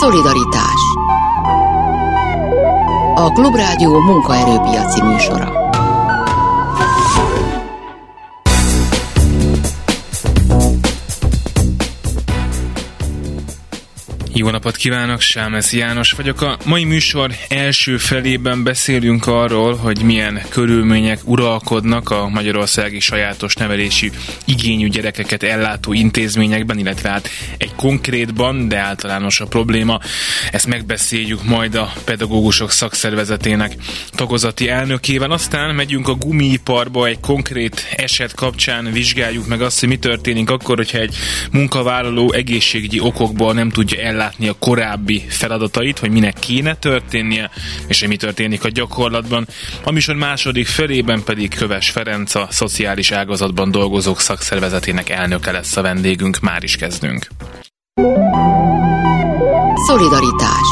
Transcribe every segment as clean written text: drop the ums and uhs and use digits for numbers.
Szolidaritás. A Klubrádió munkaerőpiaci műsora. Jó napot kívánok, Sámesz János vagyok. A mai műsor első felében beszélünk arról, hogy milyen körülmények uralkodnak a magyarországi sajátos nevelési igényű gyerekeket ellátó intézményekben, illetve hát egy konkrétban, de általános a probléma. Ezt megbeszéljük majd a pedagógusok szakszervezetének tagozati elnökével. Aztán megyünk a gumiiparba, egy konkrét eset kapcsán vizsgáljuk meg azt, hogy mi történik akkor, hogyha egy munkavállaló egészségügyi okokból nem tudja ellátni a korábbi feladatait, hogy minek kéne történnie, és hogy mi történik a gyakorlatban. A műsor második felében pedig Köves Ferenc, a szociális ágazatban dolgozók szakszervezetének elnöke lesz a vendégünk. Már is kezdünk. Szolidaritás.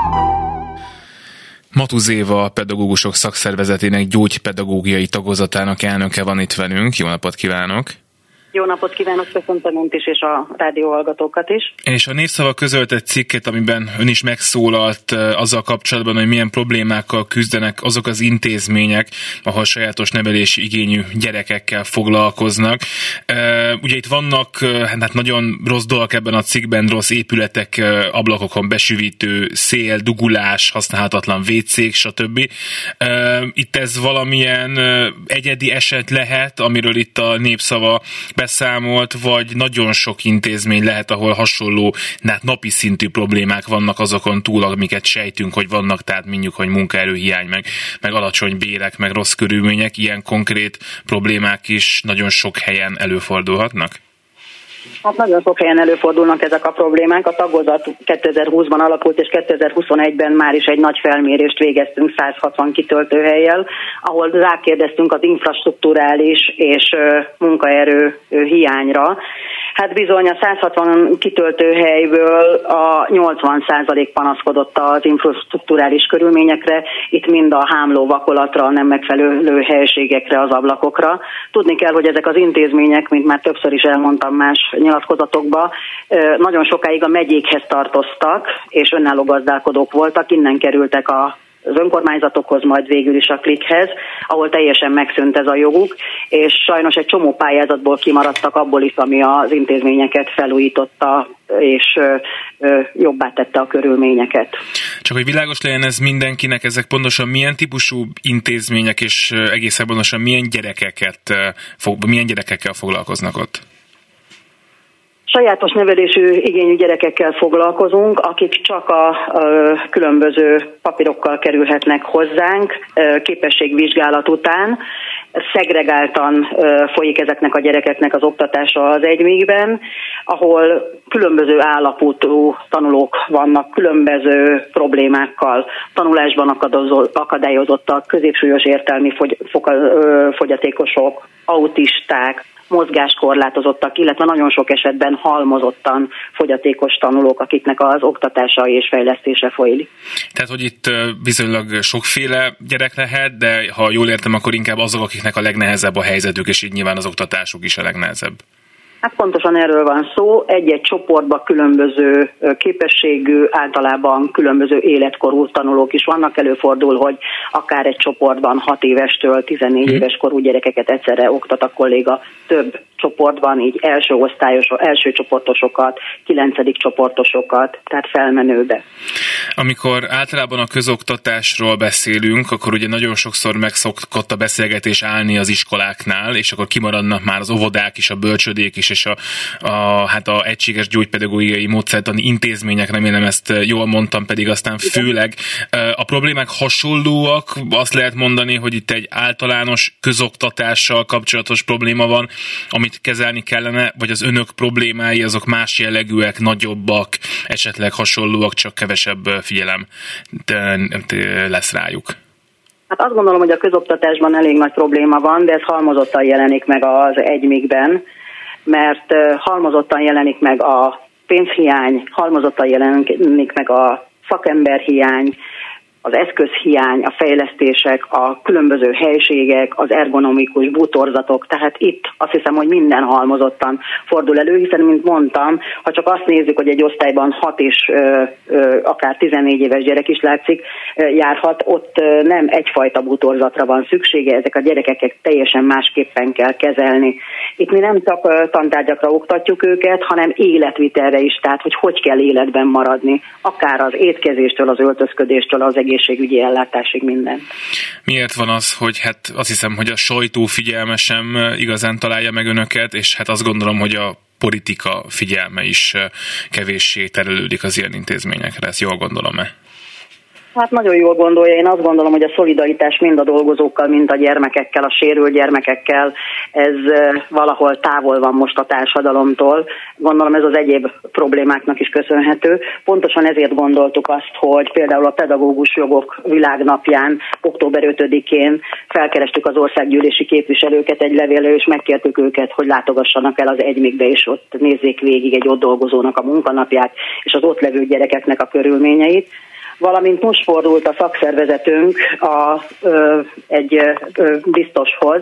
Matuz Éva, a pedagógusok szakszervezetének gyógypedagógiai tagozatának elnöke van itt velünk. Jó napot kívánok! Jó napot kívánok, köszöntöm önt is, és a rádióhallgatókat is. És a Népszava közölt egy cikket, amiben ön is megszólalt azzal kapcsolatban, hogy milyen problémákkal küzdenek azok az intézmények, ahol sajátos nevelési igényű gyerekekkel foglalkoznak. Ugye itt vannak hát nagyon rossz dolgok ebben a cikkben, rossz épületek, ablakokon besüvítő szél, dugulás, használhatatlan WC-k, stb. Itt ez valamilyen egyedi eset lehet, amiről itt a Népszava beszámolt, vagy nagyon sok intézmény lehet, ahol hasonló, napi szintű problémák vannak azokon túl, amiket sejtünk, hogy vannak, tehát mondjuk, hogy munkaerőhiány, meg alacsony bérek, meg rossz körülmények, ilyen konkrét problémák is nagyon sok helyen előfordulhatnak? Hát nagyon sok helyen előfordulnak ezek a problémák. A tagozat 2020-ban alakult, és 2021-ben már is egy nagy felmérést végeztünk 160 kitöltőhellyel, ahol rákérdeztünk az infrastrukturális és munkaerő hiányra. Hát bizony a 160 kitöltőhelyből a 80% panaszkodott az infrastrukturális körülményekre, itt mind a hámló vakolatra, a nem megfelelő helységekre, az ablakokra. Tudni kell, hogy ezek az intézmények, mint már többször is elmondtam más nyilatkozatokban, nagyon sokáig a megyékhez tartoztak, és önálló gazdálkodók voltak, innen kerültek az önkormányzatokhoz, majd végül is a Klikhez, ahol teljesen megszűnt ez a joguk, és sajnos egy csomó pályázatból kimaradtak abból is, ami az intézményeket felújította, és jobbá tette a körülményeket. Csak hogy világos legyen ez mindenkinek, ezek pontosan milyen típusú intézmények, és egészen pontosan milyen gyerekekkel foglalkoznak ott? Sajátos nevelésű igényű gyerekekkel foglalkozunk, akik csak a különböző papírokkal kerülhetnek hozzánk képességvizsgálat után. Szegregáltan folyik ezeknek a gyerekeknek az oktatása az egymégben, ahol különböző állapotú tanulók vannak, különböző problémákkal, tanulásban akadályozottak, középsúlyos értelmi fogyatékosok, autisták, mozgáskorlátozottak, illetve nagyon sok esetben halmozottan fogyatékos tanulók, akiknek az oktatása és fejlesztése folyik. Tehát, hogy itt viszonylag sokféle gyerek lehet, de ha jól értem, akkor inkább azok, akiknek a legnehezebb a helyzetük, és így nyilván az oktatásuk is a legnehezebb. Hát pontosan erről van szó. Egy-egy csoportban különböző képességű, általában különböző életkorú tanulók is vannak. Előfordul, hogy akár egy csoportban 6 évestől 14 éves korú gyerekeket egyszerre oktat a kolléga, több csoportban, így első csoportosokat, 9. csoportosokat, tehát felmenőbe. Amikor általában a közoktatásról beszélünk, akkor ugye nagyon sokszor megszokott a beszélgetés állni az iskoláknál, és akkor kimaradnak már az óvodák is, a bölcsödék is, és a egységes gyógypedagógiai módszertani intézmények, remélem ezt jól mondtam, pedig aztán főleg a problémák hasonlóak, azt lehet mondani, hogy itt egy általános közoktatással kapcsolatos probléma van, amit kezelni kellene, vagy az önök problémái azok más jellegűek, nagyobbak, esetleg hasonlóak, csak kevesebb figyelem lesz rájuk. Hát azt gondolom, hogy a közoktatásban elég nagy probléma van, de ez halmozottan jelenik meg az egymikben, mert halmozottan jelenik meg a pénzhiány, halmozottan jelenik meg a szakemberhiány, az eszközhiány, a fejlesztések, a különböző helységek, az ergonomikus bútorzatok, tehát itt azt hiszem, hogy minden halmozottan fordul elő, hiszen, mint mondtam, ha csak azt nézzük, hogy egy osztályban 6 és akár 14 éves gyerek is látszik, járhat, ott nem egyfajta bútorzatra van szüksége, ezek a gyerekeket teljesen másképpen kell kezelni. Itt mi nem csak tantárgyakra oktatjuk őket, hanem életvitelre is, tehát hogy kell életben maradni, akár az étkezéstől, az öltözködéstől, az egészségügyi ellátásig minden. Miért van az, hogy hát azt hiszem, hogy a sajtó figyelme sem igazán találja meg önöket, és hát azt gondolom, hogy a politika figyelme is kevéssé terelődik az ilyen intézményekre. Ezt jól gondolom-e? Hát nagyon jól gondolja. Én azt gondolom, hogy a szolidaritás mind a dolgozókkal, mind a gyermekekkel, a sérült gyermekekkel, ez valahol távol van most a társadalomtól. Gondolom ez az egyéb problémáknak is köszönhető. Pontosan ezért gondoltuk azt, hogy például a pedagógus jogok világnapján, október 5-én felkerestük az országgyűlési képviselőket egy levéllel, és megkértük őket, hogy látogassanak el az egymikbe, és ott nézzék végig egy ott dolgozónak a munkanapját, és az ott levő gyerekeknek a körülményeit. Valamint most fordult a szakszervezetünk egy biztoshoz,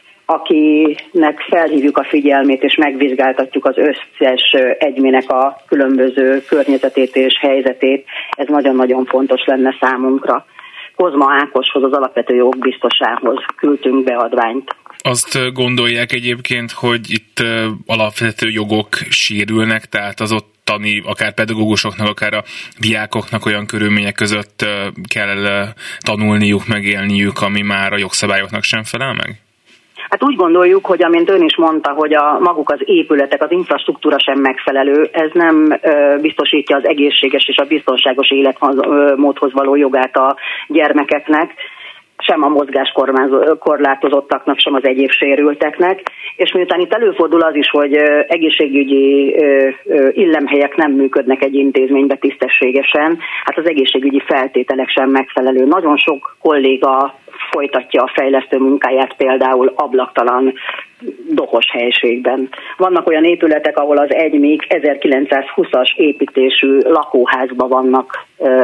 akinek felhívjuk a figyelmét és megvizsgáltatjuk az összes egyminek a különböző környezetét és helyzetét. Ez nagyon-nagyon fontos lenne számunkra. Kozma Ákoshoz, az alapvető jogok biztosához küldtünk beadványt. Azt gondolják egyébként, hogy itt alapvető jogok sérülnek, tehát az ottani akár pedagógusoknak, akár a diákoknak olyan körülmények között kell tanulniuk, megélniük, ami már a jogszabályoknak sem felel meg? Hát úgy gondoljuk, hogy amint ön is mondta, hogy maguk az épületek, az infrastruktúra sem megfelelő, ez nem biztosítja az egészséges és a biztonságos életmódhoz való jogát a gyermekeknek, sem a mozgáskorlátozottaknak, sem az egyéb sérülteknek. És miután itt előfordul az is, hogy egészségügyi illemhelyek nem működnek egy intézménybe tisztességesen, hát az egészségügyi feltételek sem megfelelő. Nagyon sok kolléga folytatja a fejlesztő munkáját például ablaktalan dohos helységben. Vannak olyan épületek, ahol az egymik 1920-as építésű lakóházba vannak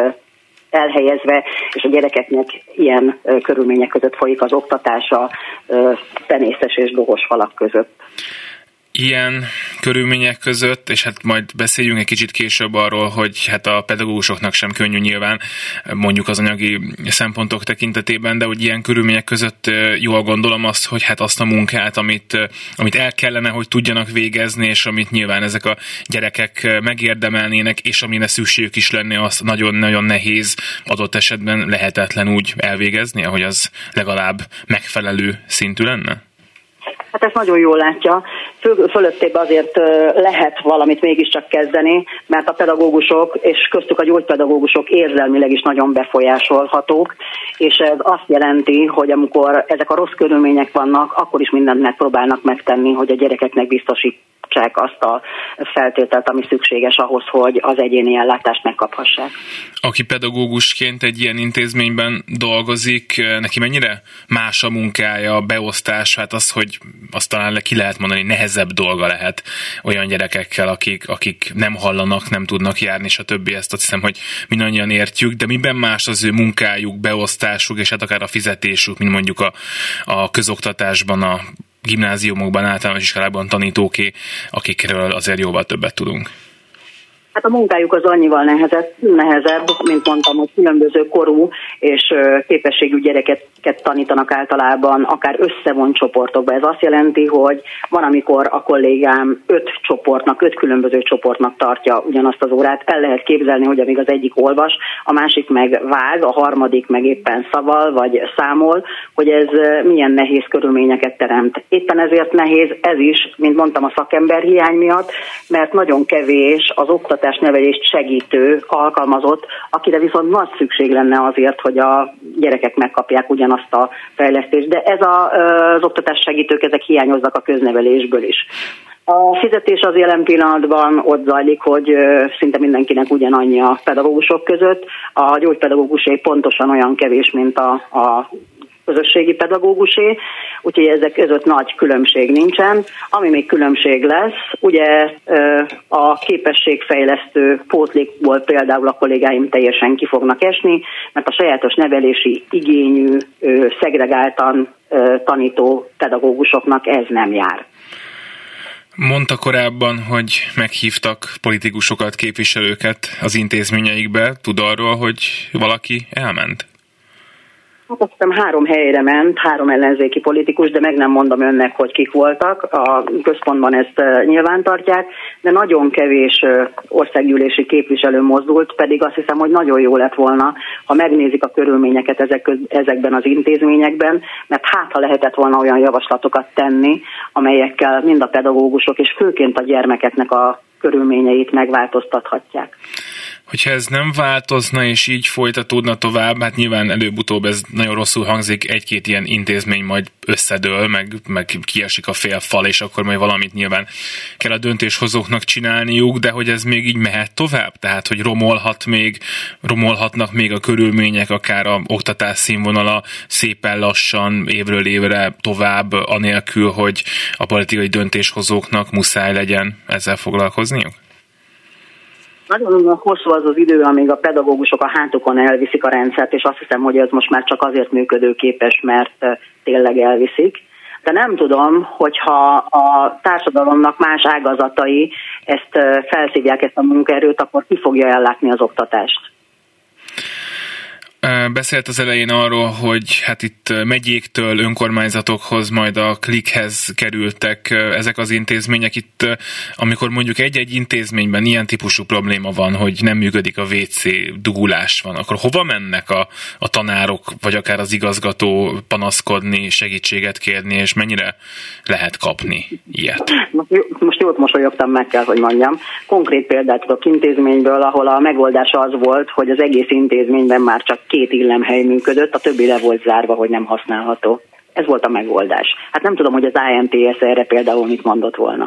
elhelyezve, és a gyerekeknek ilyen körülmények között folyik az oktatása tenészes és dohos falak között. Ilyen körülmények között, és hát majd beszéljünk egy kicsit később arról, hogy hát a pedagógusoknak sem könnyű nyilván, mondjuk az anyagi szempontok tekintetében, de hogy ilyen körülmények között jól gondolom azt, hogy hát azt a munkát, amit el kellene, hogy tudjanak végezni, és amit nyilván ezek a gyerekek megérdemelnének, és amire szükségük is lenne, az nagyon-nagyon nehéz, adott esetben lehetetlen úgy elvégezni, ahogy az legalább megfelelő szintű lenne? Hát ezt nagyon jól látja. Fölöttében azért lehet valamit mégiscsak kezdeni, mert a pedagógusok, és köztük a gyógypedagógusok érzelmileg is nagyon befolyásolhatók, és ez azt jelenti, hogy amikor ezek a rossz körülmények vannak, akkor is mindent megpróbálnak megtenni, hogy a gyerekeknek biztosítsák azt a feltételt, ami szükséges ahhoz, hogy az egyéni ellátást megkaphassák. Aki pedagógusként egy ilyen intézményben dolgozik, neki mennyire más a munkája, a beosztás, hát az, hogy azt talán ki lehet mondani, nehezebb dolga lehet olyan gyerekekkel, akik nem hallanak, nem tudnak járni, és a többi, ezt azt hiszem, hogy mindannyian értjük, de miben más az ő munkájuk, beosztásuk, és hát akár a fizetésük, mint mondjuk a közoktatásban, a gimnáziumokban, általános iskolákban tanítóké, akikről azért jóval többet tudunk. Hát a munkájuk az annyival nehezebb, mint mondtam, hogy különböző korú és képességű gyerekeket tanítanak általában, akár összevont csoportokba. Ez azt jelenti, hogy van, amikor a kollégám 5 különböző csoportnak tartja ugyanazt az órát. El lehet képzelni, hogy amíg az egyik olvas, a másik meg vág, a harmadik meg éppen szaval vagy számol, hogy ez milyen nehéz körülményeket teremt. Éppen ezért nehéz ez is, mint mondtam, a szakemberhiány miatt, mert nagyon kevés az oktatásnevelést segítő alkalmazott, akire viszont nagy szükség lenne azért, hogy a gyerekek megkapják ugyanazt a fejlesztést. De az oktatás segítők, ezek hiányoznak a köznevelésből is. A fizetés az jelen pillanatban ott zajlik, hogy szinte mindenkinek ugyanannyi a pedagógusok között. A gyógypedagógusé pontosan olyan kevés, mint a közösségi pedagógusé, úgyhogy ezek között nagy különbség nincsen. Ami még különbség lesz, ugye a képességfejlesztő pótlékból például a kollégáim teljesen ki fognak esni, mert a sajátos nevelési igényű, szegregáltan tanító pedagógusoknak ez nem jár. Mondta korábban, hogy meghívtak politikusokat, képviselőket az intézményeikbe. Tud arról, hogy valaki elment? Hát azt hiszem 3 helyre ment, 3 ellenzéki politikus, de meg nem mondom önnek, hogy kik voltak. A központban ezt nyilván tartják, de nagyon kevés országgyűlési képviselő mozdult, pedig azt hiszem, hogy nagyon jó lett volna, ha megnézik a körülményeket ezekben az intézményekben, mert ha lehetett volna olyan javaslatokat tenni, amelyekkel mind a pedagógusok és főként a gyermekeknek a körülményeit megváltoztathatják. Hogyha ez nem változna és így folytatódna tovább, hát nyilván előbb-utóbb ez nagyon rosszul hangzik, 1-2 ilyen intézmény majd összedől, meg kiesik a fél fal, és akkor majd valamit nyilván kell a döntéshozóknak csinálniuk, de hogy ez még így mehet tovább? Tehát, hogy romolhatnak még a körülmények, akár a oktatás színvonala szépen lassan évről évre tovább, anélkül, hogy a politikai döntéshozóknak muszáj legyen ezzel foglalkozniuk? Nagyon hosszú az az idő, amíg a pedagógusok a hátukon elviszik a rendszert, és azt hiszem, hogy ez most már csak azért működőképes, mert tényleg elviszik. De nem tudom, hogyha a társadalomnak más ágazatai ezt felszívják, ezt a munkaerőt, akkor ki fogja ellátni az oktatást. Beszélt az elején arról, hogy hát itt megyéktől önkormányzatokhoz, majd a klikhez kerültek ezek az intézmények. Itt, amikor mondjuk egy-egy intézményben ilyen típusú probléma van, hogy nem működik a WC, dugulás van, akkor hova mennek a tanárok, vagy akár az igazgató panaszkodni, segítséget kérni, és mennyire lehet kapni ilyet? Most jót mosolyogtam, meg kell, hogy mondjam. Konkrét példát tudok intézményből, ahol a megoldás az volt, hogy az egész intézményben már csak 2 illemhely működött, a többi le volt zárva, hogy nem használható. Ez volt a megoldás. Hát nem tudom, hogy az ANTS erre például mit mondott volna.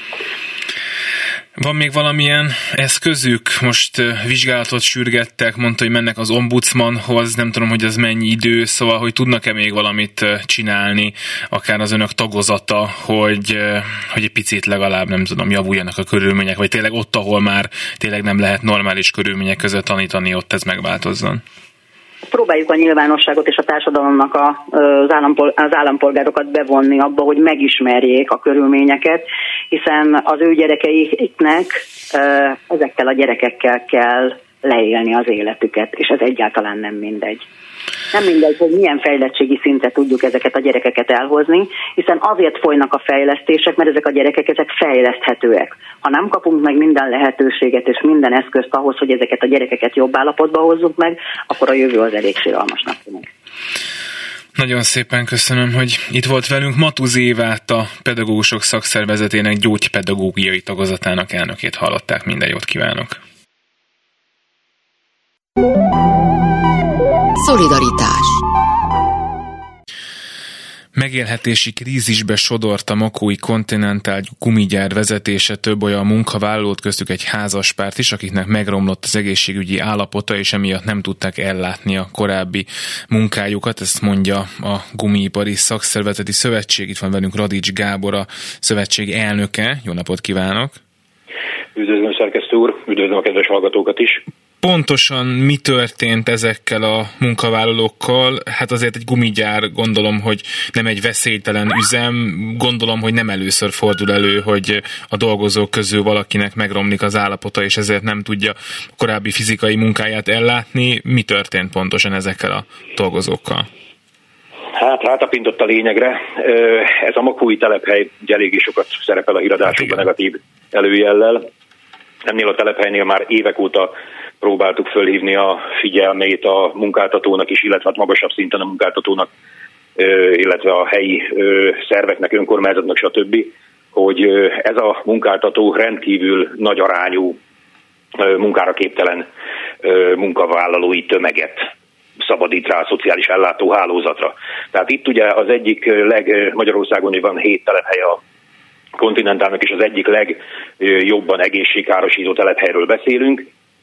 Van még valamilyen eszközük? Most vizsgálatot sürgettek, mondta, hogy mennek az ombudsmanhoz, nem tudom, hogy ez mennyi idő, szóval, hogy tudnak-e még valamit csinálni, akár az önök tagozata, hogy egy picit legalább, nem tudom, javuljanak a körülmények, vagy tényleg ott, ahol már tényleg nem lehet normális körülmények között tanítani, ott ez megváltozzon. Próbáljuk a nyilvánosságot és a társadalomnak az állampolgárokat bevonni abba, hogy megismerjék a körülményeket, hiszen az ő gyerekeiknek ezekkel a gyerekekkel kell leélni az életüket, és ez egyáltalán nem mindegy. Nem mindegy, hogy milyen fejlettségi szintre tudjuk ezeket a gyerekeket elhozni, hiszen azért folynak a fejlesztések, mert ezek a gyerekek ezek fejleszthetőek. Ha nem kapunk meg minden lehetőséget és minden eszközt ahhoz, hogy ezeket a gyerekeket jobb állapotba hozzuk meg, akkor a jövő az elég siralmasnak tűnik. Nagyon szépen köszönöm, hogy itt volt velünk. Matuz Évát, a Pedagógusok Szakszervezetének gyógypedagógiai tagozatának elnökét hallották. Minden jót kívánok! Szolidaritás. Megélhetési krízisbe sodort a Makói Continental gumigyár vezetése, több olyan munkavállalót, köztük egy házaspárt is, akiknek megromlott az egészségügyi állapota, és emiatt nem tudták ellátni a korábbi munkájukat. Ezt mondja a Gumiipari Szakszervezeti Szövetség. Itt van velünk Radics Gábor, a szövetség elnöke. Jó napot kívánok! Üdvözlöm, szerkesztő úr! Üdvözlöm a kedves hallgatókat is! Pontosan mi történt ezekkel a munkavállalókkal? Hát azért egy gumigyár, gondolom, hogy nem egy veszélytelen üzem, gondolom, hogy nem először fordul elő, hogy a dolgozók közül valakinek megromlik az állapota, és ezért nem tudja a korábbi fizikai munkáját ellátni. Mi történt pontosan ezekkel a dolgozókkal? Hát rátapintott a lényegre. Ez a makói telephely eléggé sokat szerepel a híradásokban negatív előjellel. Ennél a telephelynél már évek óta próbáltuk fölhívni a figyelmét a munkáltatónak is, illetve magasabb szinten a munkáltatónak, illetve a helyi szerveknek, önkormányzatnak, stb., hogy ez a munkáltató rendkívül nagy arányú munkára képtelen munkavállalói tömeget szabadít rá a szociális ellátóhálózatra. Tehát itt ugye az egyik Magyarországon van 7 telephely a Continentalnak, és az egyik legjobban egészségkárosító telephelyről beszélünk,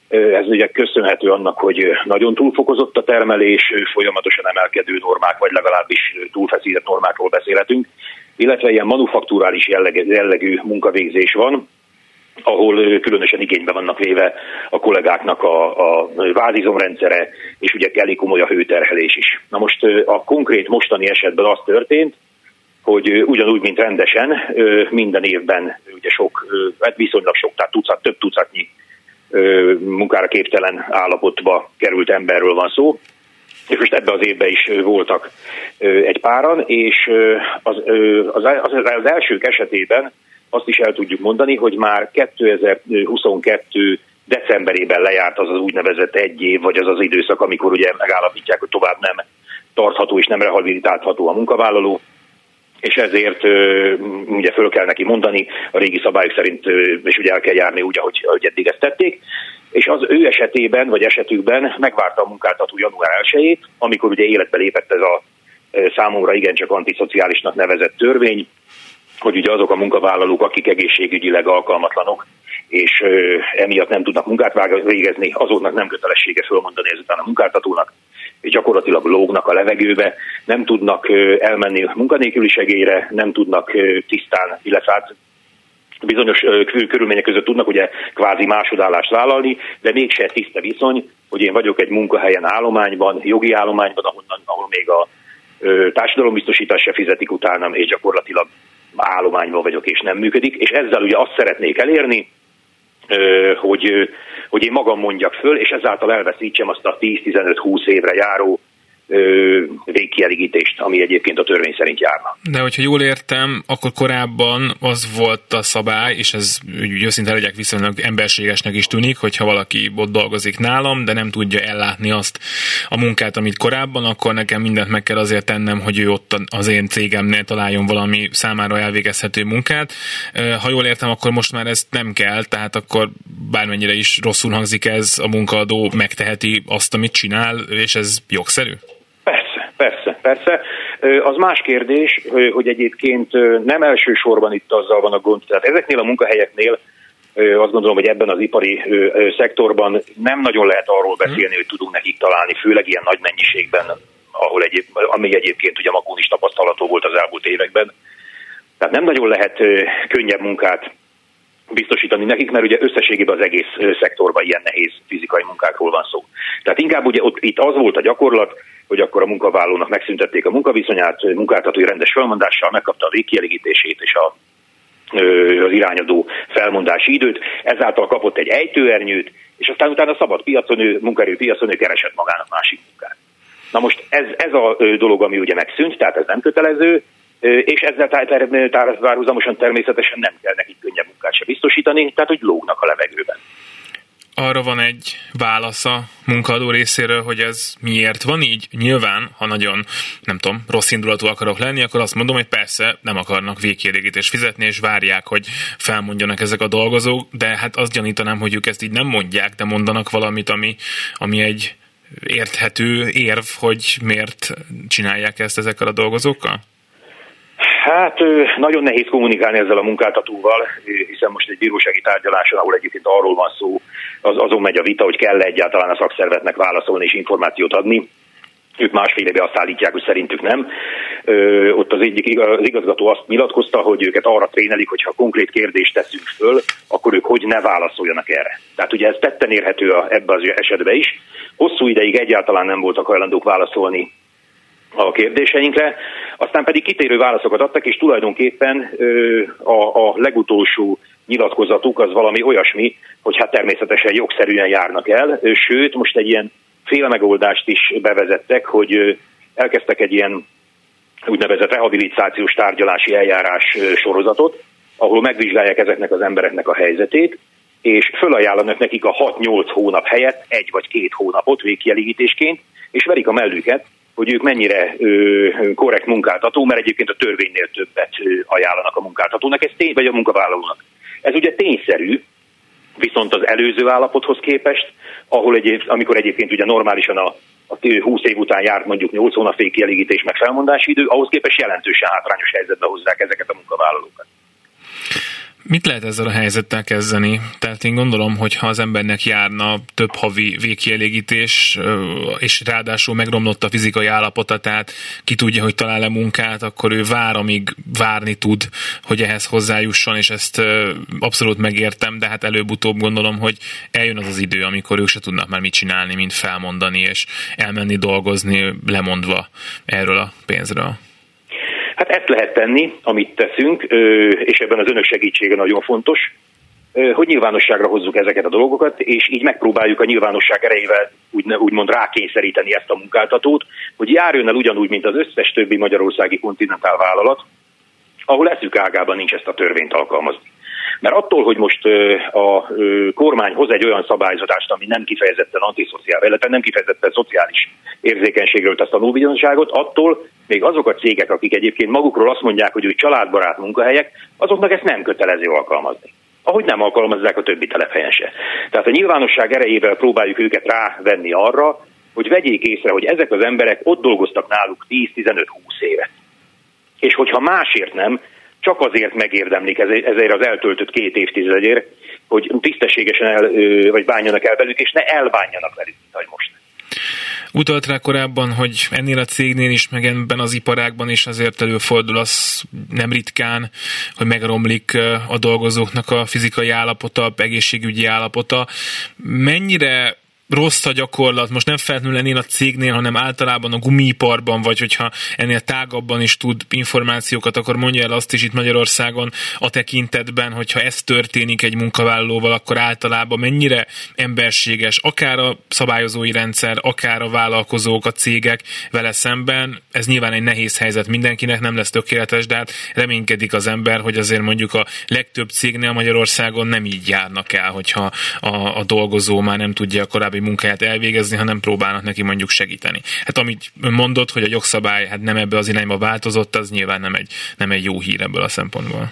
Ez ugye köszönhető annak, hogy nagyon túlfokozott a termelés, folyamatosan emelkedő normák, vagy legalábbis túlfeszített normákról beszélhetünk, illetve ilyen manufakturális jellegű munkavégzés van, ahol különösen igénybe vannak véve a kollégáknak a vázizomrendszere, és ugye elég komoly a hőterhelés is. Na most a konkrét mostani esetben az történt, hogy ugyanúgy, mint rendesen, minden évben ugye viszonylag sok, tehát több tucatnyi munkára képtelen állapotba került emberről van szó, és most ebben az évben is voltak egy páran, és az elsők esetében azt is el tudjuk mondani, hogy már 2022 decemberében lejárt az úgynevezett 1 év, vagy az időszak, amikor ugye megállapítják, hogy tovább nem tartható és nem rehabilitálható a munkavállaló, és ezért ugye föl kell neki mondani a régi szabályok szerint, és ugye el kell járni úgy, ahogy eddig ezt tették, és az ő esetében, vagy esetükben megvárta a munkáltató január 1-ét, amikor ugye életbe lépett ez a számomra igencsak antiszociálisnak nevezett törvény, hogy ugye azok a munkavállalók, akik egészségügyileg alkalmatlanok, és emiatt nem tudnak munkát végezni, azoknak nem kötelessége fölmondani ezután a munkáltatónak, és gyakorlatilag lógnak a levegőbe, nem tudnak elmenni munkanélküli segélyre, nem tudnak tisztán, illetve hát bizonyos körülmények között tudnak ugye kvázi másodállást vállalni, de mégse tiszta viszony, hogy én vagyok egy munkahelyen állományban, jogi állományban, ahol még a társadalombiztosítás se fizetik utánam, és gyakorlatilag állományban vagyok, és nem működik, és ezzel ugye azt szeretnék elérni, hogy én magam mondjak föl, és ezáltal elveszítsem azt a 10-15-20 évre járó végkielégítést, ami egyébként a törvény szerint járna. De hogyha jól értem, akkor korábban az volt a szabály, és ez őszinte legyek viszonylag emberségesnek is tűnik, hogyha valaki ott dolgozik nálam, de nem tudja ellátni azt a munkát, amit korábban, akkor nekem mindent meg kell azért tennem, hogy ő ott az én cégemnél találjon valami számára elvégezhető munkát. Ha jól értem, akkor most már ezt nem kell, tehát akkor bármennyire is rosszul hangzik ez, a munkaadó megteheti azt, amit csinál, és ez jogszerű? Persze. Az más kérdés, hogy egyébként nem elsősorban itt azzal van a gond. Tehát ezeknél a munkahelyeknél azt gondolom, hogy ebben az ipari szektorban nem nagyon lehet arról beszélni, hogy tudunk nekik találni, főleg ilyen nagy mennyiségben, ami egyébként ugye magunk is tapasztalható volt az elmúlt években. Tehát nem nagyon lehet könnyebb munkát biztosítani nekik, mert ugye összességében az egész szektorban ilyen nehéz fizikai munkákról van szó. Tehát inkább ugye itt az volt a gyakorlat, hogy akkor a munkavállalónak megszüntették a munkaviszonyát, munkáltatói rendes felmondással, megkapta a végkielégítését és az irányadó felmondási időt, ezáltal kapott egy ejtőernyőt, és aztán utána szabad piacon, munkaerőpiacon keresett magának másik munkát. Na most ez a dolog, ami ugye megszűnt, tehát ez nem kötelező, és ezzel párhuzamosan természetesen nem kell nekik könnyebb munkát se biztosítani, tehát hogy lógnak a levegőben. Arra van egy válasz a munkaadó részéről, hogy ez miért van így. Nyilván, ha nagyon, nem tudom, rossz indulatú akarok lenni, akkor azt mondom, hogy persze nem akarnak végkielégítést fizetni, és várják, hogy felmondjanak ezek a dolgozók, de hát azt gyanítanám, hogy ők ezt így nem mondják, de mondanak valamit, ami egy érthető érv, hogy miért csinálják ezt ezekkel a dolgozókkal? Hát nagyon nehéz kommunikálni ezzel a munkáltatóval, hiszen most egy bírósági tárgyaláson, ahol egyébként arról van szó, azon megy a vita, hogy kell egyáltalán a szakszervetnek válaszolni és információt adni. Ők másfél éve azt állítják, hogy szerintük nem. Ott az igazgató azt nyilatkozta, hogy őket arra trénelik, hogyha konkrét kérdést teszünk föl, akkor ők hogy ne válaszoljanak erre. Tehát ugye ez tetten érhető ebben az esetben is. Hosszú ideig egyáltalán nem voltak hajlandók válaszolni a kérdéseinkre, aztán pedig kitérő válaszokat adtak, és tulajdonképpen a legutolsó nyilatkozatuk az valami olyasmi, hogy hát természetesen jogszerűen járnak el, sőt, most egy ilyen félmegoldást is bevezettek, hogy elkezdtek egy ilyen úgynevezett rehabilitációs tárgyalási eljárás sorozatot, ahol megvizsgálják ezeknek az embereknek a helyzetét, és fölajánlanak nekik a 6-8 hónap helyett 1 vagy 2 hónapot végkielégítésként, és verik a mellüket, hogy ők mennyire korrekt munkáltató, mert egyébként a törvénynél többet ajánlanak a munkáltatónak, vagy a munkavállalónak. Ez ugye tényszerű, viszont az előző állapothoz képest, amikor egyébként ugye normálisan a 20 év után járt mondjuk 8 hónap végkielégítés meg felmondási idő, ahhoz képest jelentősen hátrányos helyzetbe hozzák ezeket a munkavállalókat. Mit lehet ezzel a helyzettel kezdeni? Tehát én gondolom, hogy ha az embernek járna több havi végkielégítés, és ráadásul megromlott a fizikai állapota, tehát ki tudja, hogy talál-e munkát, akkor ő vár, amíg várni tud, hogy ehhez hozzájusson, és ezt abszolút megértem, de hát előbb-utóbb gondolom, hogy eljön az az idő, amikor ők se tudnak már mit csinálni, mint felmondani, és elmenni dolgozni, lemondva erről a pénzről. Hát ezt lehet tenni, amit teszünk, és ebben az önök segítsége nagyon fontos, hogy nyilvánosságra hozzuk ezeket a dolgokat, és így megpróbáljuk a nyilvánosság erejével úgymond rákényszeríteni ezt a munkáltatót, hogy járjon el ugyanúgy, mint az összes többi magyarországi kontinentál vállalat, ahol eszük ágában nincs ezt a törvényt alkalmazni. Mert attól, hogy most a kormány hoz egy olyan szabályozást, ami nem kifejezetten antiszociális, illetve nem kifejezetten szociális érzékenységről tesz tanúbizonyságot, attól még azok a cégek, akik egyébként magukról azt mondják, hogy ők családbarát munkahelyek, azoknak ezt nem kötelező alkalmazni. Ahogy nem alkalmazzák a többi telephelyen se. Tehát a nyilvánosság erejével próbáljuk őket rávenni arra, hogy vegyék észre, hogy ezek az emberek ott dolgoztak náluk 10-15-20 évet. És hogyha másért nem, csak azért megérdemlik ezért az eltöltött 2 évtizedért, hogy tisztességesen vagy bánjanak el velük, és ne elbánjanak velük, mint ahogy most. Utalt rá korábban, hogy ennél a cégnél is, meg ebben az iparágban is azért előfordul az nem ritkán, hogy megromlik a dolgozóknak a fizikai állapota, egészségügyi állapota. Mennyire rossz a gyakorlat, most nem feltétlenül ennél a cégnél, hanem általában a gumiiparban, vagy hogyha ennél tágabban is tud információkat, akkor mondja el azt is itt Magyarországon a tekintetben, hogyha ez történik egy munkavállalóval, akkor általában mennyire emberséges, akár a szabályozói rendszer, akár a vállalkozók, a cégek vele szemben. Ez nyilván egy nehéz helyzet mindenkinek, nem lesz tökéletes, de hát reménykedik az ember, hogy azért mondjuk a legtöbb cégnél Magyarországon nem így járnak el, hogyha a dolgozó már nem tudja a korábbi munkáját elvégezni, hanem próbálnak neki mondjuk segíteni. Hát amit mondott, hogy a jogszabály hát nem ebbe az irányba változott, az nyilván nem egy jó hír ebből a szempontból.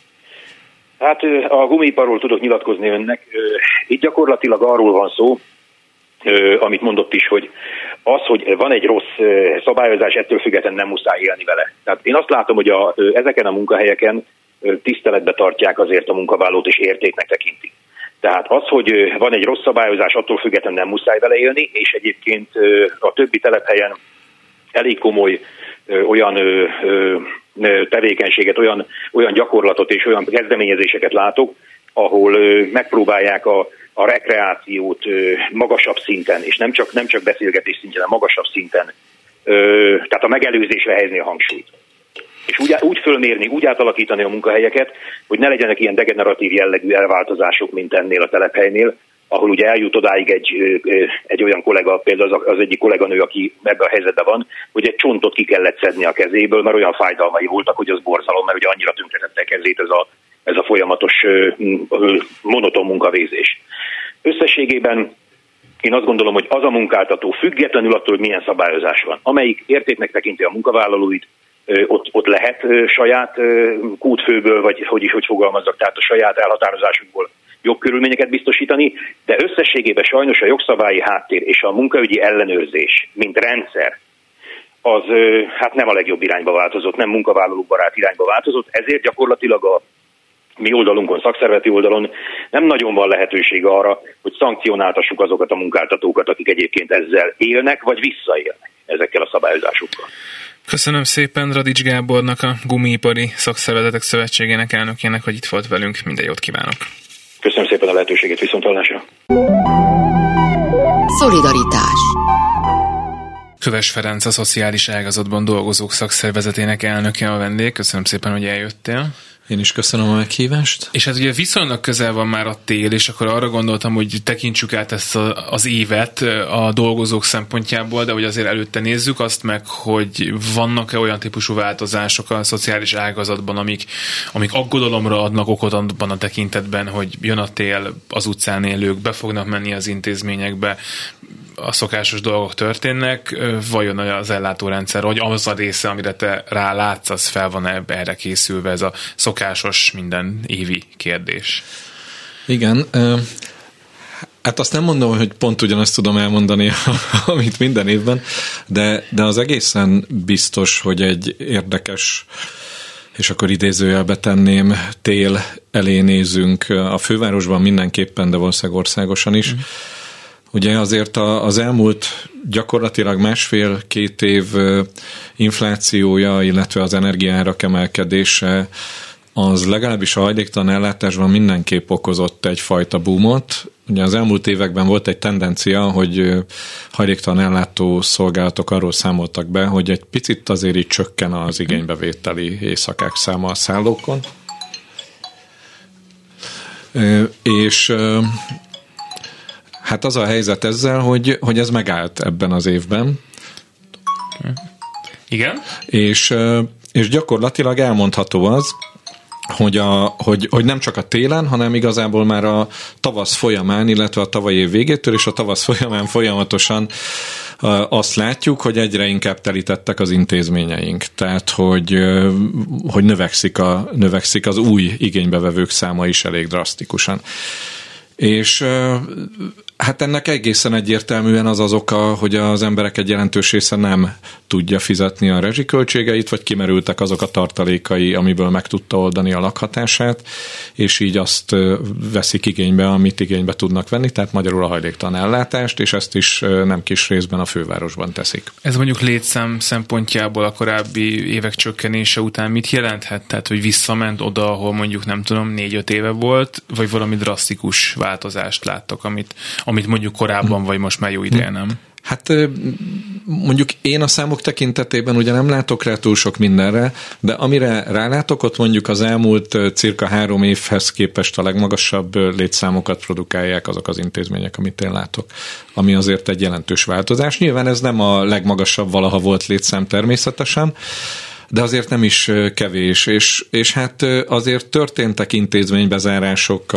Hát a gumiiparról tudok nyilatkozni önnek. Itt gyakorlatilag arról van szó, amit mondott is, hogy az, hogy van egy rossz szabályozás, ettől függetlenül nem muszáj élni vele. Tehát én azt látom, hogy ezeken a munkahelyeken tiszteletbe tartják azért a munkavállalót, és értéknek tekintik. Tehát az, hogy van egy rossz szabályozás, attól függetlenül nem muszáj vele élni, és egyébként a többi telephelyen elég komoly olyan tevékenységet, olyan gyakorlatot és olyan kezdeményezéseket látok, ahol megpróbálják a rekreációt magasabb szinten, és nem csak beszélgetés szintjén, hanem magasabb szinten, tehát a megelőzésre helyezni a hangsúlyt. És úgy fölmérni, úgy átalakítani a munkahelyeket, hogy ne legyenek ilyen degeneratív jellegű elváltozások, mint ennél a telephelynél, ahol ugye eljut odáig egy olyan kollega, például az egyik kolléganő, aki ebben a helyzetben van, hogy egy csontot ki kellett szedni a kezéből, mert olyan fájdalmai voltak, hogy az borzalom, mert ugye annyira tönkretette a kezét ez a folyamatos monoton munkavégzés. Összességében én azt gondolom, hogy az a munkáltató függetlenül attól, hogy milyen szabályozás van, amelyik értéknek tekinti a munkavállalóit, ott lehet saját kútfőből, vagy hogy fogalmazzak, tehát a saját elhatározásukból jobb körülményeket biztosítani, de összességében sajnos a jogszabályi háttér és a munkaügyi ellenőrzés, mint rendszer, az hát nem a legjobb irányba változott, nem munkavállalóbarát irányba változott, ezért gyakorlatilag a mi oldalunkon, szakszervezeti oldalon nem nagyon van lehetőség arra, hogy szankcionáltassuk azokat a munkáltatókat, akik egyébként ezzel élnek, vagy visszaélnek ezekkel a szabályozásokkal. Köszönöm szépen Radics Gábornak, a Gumiipari Szakszervezetek Szövetségének elnökének, hogy itt volt velünk. Minden jót kívánok! Köszönöm szépen a lehetőséget, viszonthallásra! Szolidaritás. Köves Ferenc, a szociális ágazatban dolgozók szakszervezetének elnöke a vendég. Köszönöm szépen, hogy eljöttél. Én is köszönöm a meghívást. És hát ugye viszonylag közel van már a tél, és akkor arra gondoltam, hogy tekintsük át ezt az évet a dolgozók szempontjából, de hogy azért előtte nézzük azt meg, hogy vannak-e olyan típusú változások a szociális ágazatban, amik aggodalomra adnak okot abban a tekintetben, hogy jön a tél, az utcán élők be fognak menni az intézményekbe, a szokásos dolgok történnek, vajon az ellátórendszer, hogy az a része, amire te rálátsz, az fel van erre készülve, ez a szokásos minden évi kérdés? Igen, hát azt nem mondom, hogy pont ugyanazt tudom elmondani, amit minden évben, de az egészen biztos, hogy egy érdekes és akkor idézőjelbe tenném, tél elé nézünk a fővárosban mindenképpen, de valószínűleg országosan is. Ugye azért az elmúlt gyakorlatilag 1,5-2 év inflációja, illetve az energiaárak emelkedése, az legalábbis a hajléktalan ellátásban mindenképp okozott egyfajta boomot. Ugye az elmúlt években volt egy tendencia, hogy hajléktalan ellátó szolgálatok arról számoltak be, hogy egy picit azért így csökken az igénybevételi éjszakák száma a szállókon. És hát az a helyzet ezzel, hogy ez megállt ebben az évben. Igen. És gyakorlatilag elmondható az, hogy nem csak a télen, hanem igazából már a tavasz folyamán, illetve a tavalyi év végétől és a tavasz folyamán folyamatosan azt látjuk, hogy egyre telítettek az intézményeink. Tehát, hogy növekszik az új igénybevevők száma is elég drasztikusan. És hát ennek egészen egyértelműen az oka, hogy az emberek egy jelentős része nem tudja fizetni a rezsiköltségeit, vagy kimerültek azok a tartalékai, amiből meg tudta oldani a lakhatását, és így azt veszik igénybe, amit igénybe tudnak venni, tehát magyarul a hajléktalan ellátást, és ezt is nem kis részben a fővárosban teszik. Ez mondjuk létszám szempontjából a korábbi évek csökkenése után mit jelenthet? Tehát, hogy visszament oda, ahol mondjuk nem tudom, 4-5 éve volt, vagy valami drasztikus változást láttok, amit mondjuk korábban, vagy most már jó ideje nem? Hát mondjuk én a számok tekintetében ugye nem látok rá túl sok mindenre, de amire rálátok, ott mondjuk az elmúlt cirka 3 évhez képest a legmagasabb létszámokat produkálják azok az intézmények, amit én látok, ami azért egy jelentős változás. Nyilván ez nem a legmagasabb valaha volt létszám természetesen, de azért nem is kevés, és hát azért történtek intézménybezárások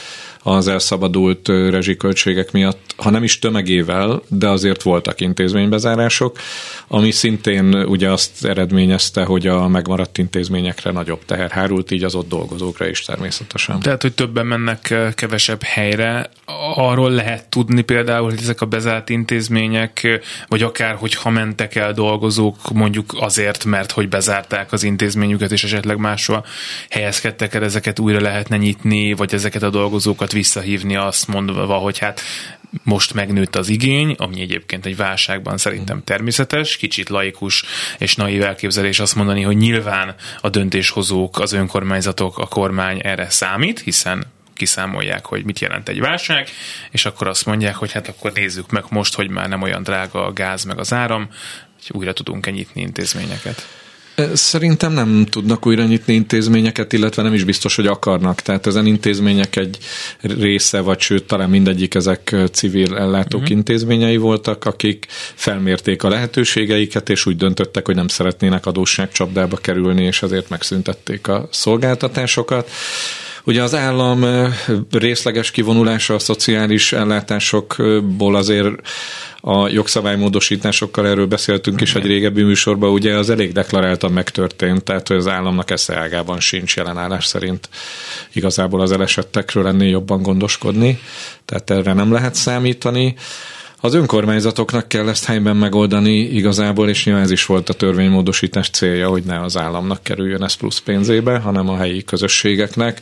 az elszabadult rezsiköltségek miatt, ha nem is tömegével, de azért voltak intézménybezárások, ami szintén ugye azt eredményezte, hogy a megmaradt intézményekre nagyobb teher hárult, így az ott dolgozókra is természetesen. Tehát, hogy többen mennek kevesebb helyre, arról lehet tudni például, hogy ezek a bezárt intézmények, vagy akár, hogyha mentek el dolgozók mondjuk azért, mert hogy bezárták az intézményüket, és esetleg máshol helyezkedtek el, ezeket újra lehetne nyitni, vagy ezeket a dolgozókat visszahívni azt mondva, hogy hát most megnőtt az igény, ami egyébként egy válságban szerintem természetes, kicsit laikus és naív elképzelés azt mondani, hogy nyilván a döntéshozók, az önkormányzatok, a kormány erre számít, hiszen kiszámolják, hogy mit jelent egy válság, és akkor azt mondják, hogy hát akkor nézzük meg most, hogy már nem olyan drága a gáz meg az áram, hogy újra tudunk-e nyitni intézményeket. Szerintem nem tudnak újra nyitni intézményeket, illetve nem is biztos, hogy akarnak. Tehát ezen intézmények egy része, vagy sőt, talán mindegyik ezek civil ellátók intézményei voltak, akik felmérték a lehetőségeiket, és úgy döntöttek, hogy nem szeretnének adósságcsapdába kerülni, és ezért megszüntették a szolgáltatásokat. Ugye az állam részleges kivonulása a szociális ellátásokból azért a jogszabálymódosításokkal, erről beszéltünk is egy régebbi műsorban, ugye az elég deklaráltan megtörtént, tehát hogy az államnak eszeágában sincs jelenállás szerint igazából az elesettekről ennél jobban gondoskodni, tehát erre nem lehet számítani. Az önkormányzatoknak kell ezt helyben megoldani igazából, és nyilván ez is volt a törvénymódosítás célja, hogy ne az államnak kerüljön ez plusz pénzébe, hanem a helyi közösségeknek.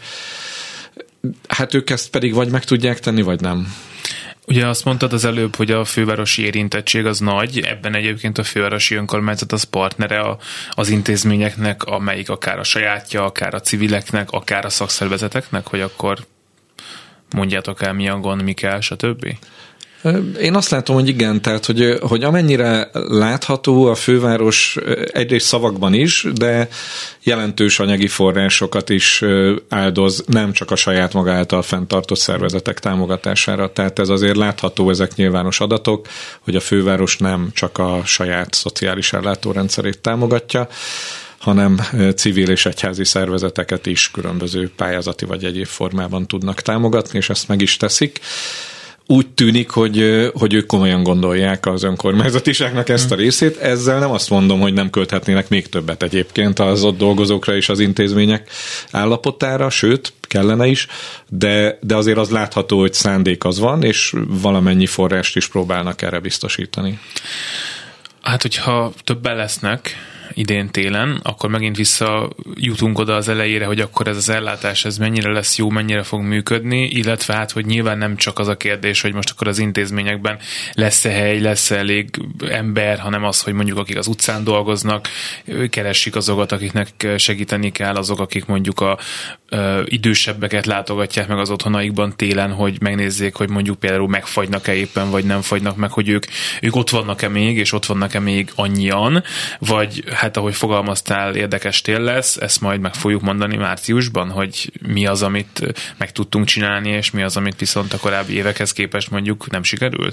Hát ők ezt pedig vagy meg tudják tenni, vagy nem. Ugye azt mondtad az előbb, hogy a fővárosi érintettség az nagy, ebben egyébként a fővárosi önkormányzat az partnere az intézményeknek, amelyik akár a sajátja, akár a civileknek, akár a szakszervezeteknek, hogy akkor mondjátok el, mi a gond, mi kell, stb.? Én azt látom, hogy igen, tehát hogy amennyire látható a főváros egyrészt szavakban is, de jelentős anyagi forrásokat is áldoz nem csak a saját maga által fenntartott szervezetek támogatására. Tehát ez azért látható, ezek nyilvános adatok, hogy a főváros nem csak a saját szociális ellátórendszerét támogatja, hanem civil és egyházi szervezeteket is különböző pályázati vagy egyéb formában tudnak támogatni, és ezt meg is teszik. Úgy tűnik, hogy ők komolyan gondolják az önkormányzatiságnak ezt a részét. Ezzel nem azt mondom, hogy nem költhetnének még többet egyébként az ott dolgozókra és az intézmények állapotára, sőt, kellene is, de azért az látható, hogy szándék az van, és valamennyi forrást is próbálnak erre biztosítani. Hát, hogyha többen lesznek, idén télen, akkor megint visszajutunk oda az elejére, hogy akkor ez az ellátás ez mennyire lesz jó, mennyire fog működni, illetve hát, hogy nyilván nem csak az a kérdés, hogy most akkor az intézményekben lesz-e hely, lesz-e elég ember, hanem az, hogy mondjuk akik az utcán dolgoznak, keresik azokat, akiknek segíteni kell, azok, akik mondjuk a idősebbeket látogatják meg az otthonaikban télen, hogy megnézzék, hogy mondjuk például megfagynak-e éppen, vagy nem fagynak meg, hogy ők ott vannak-e még, és ott vannak-e még annyian, vagy hát ahogy fogalmaztál, érdekes tél lesz, ezt majd meg fogjuk mondani márciusban, hogy mi az, amit meg tudtunk csinálni, és mi az, amit viszont a korábbi évekhez képest mondjuk nem sikerült?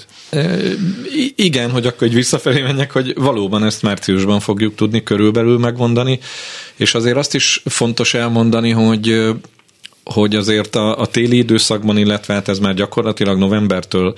Igen, hogy akkor egy visszafelé menjek, hogy valóban ezt márciusban fogjuk tudni körülbelül megmondani, és azért azt is fontos elmondani, hogy azért a téli időszakban, illetve hát ez már gyakorlatilag novembertől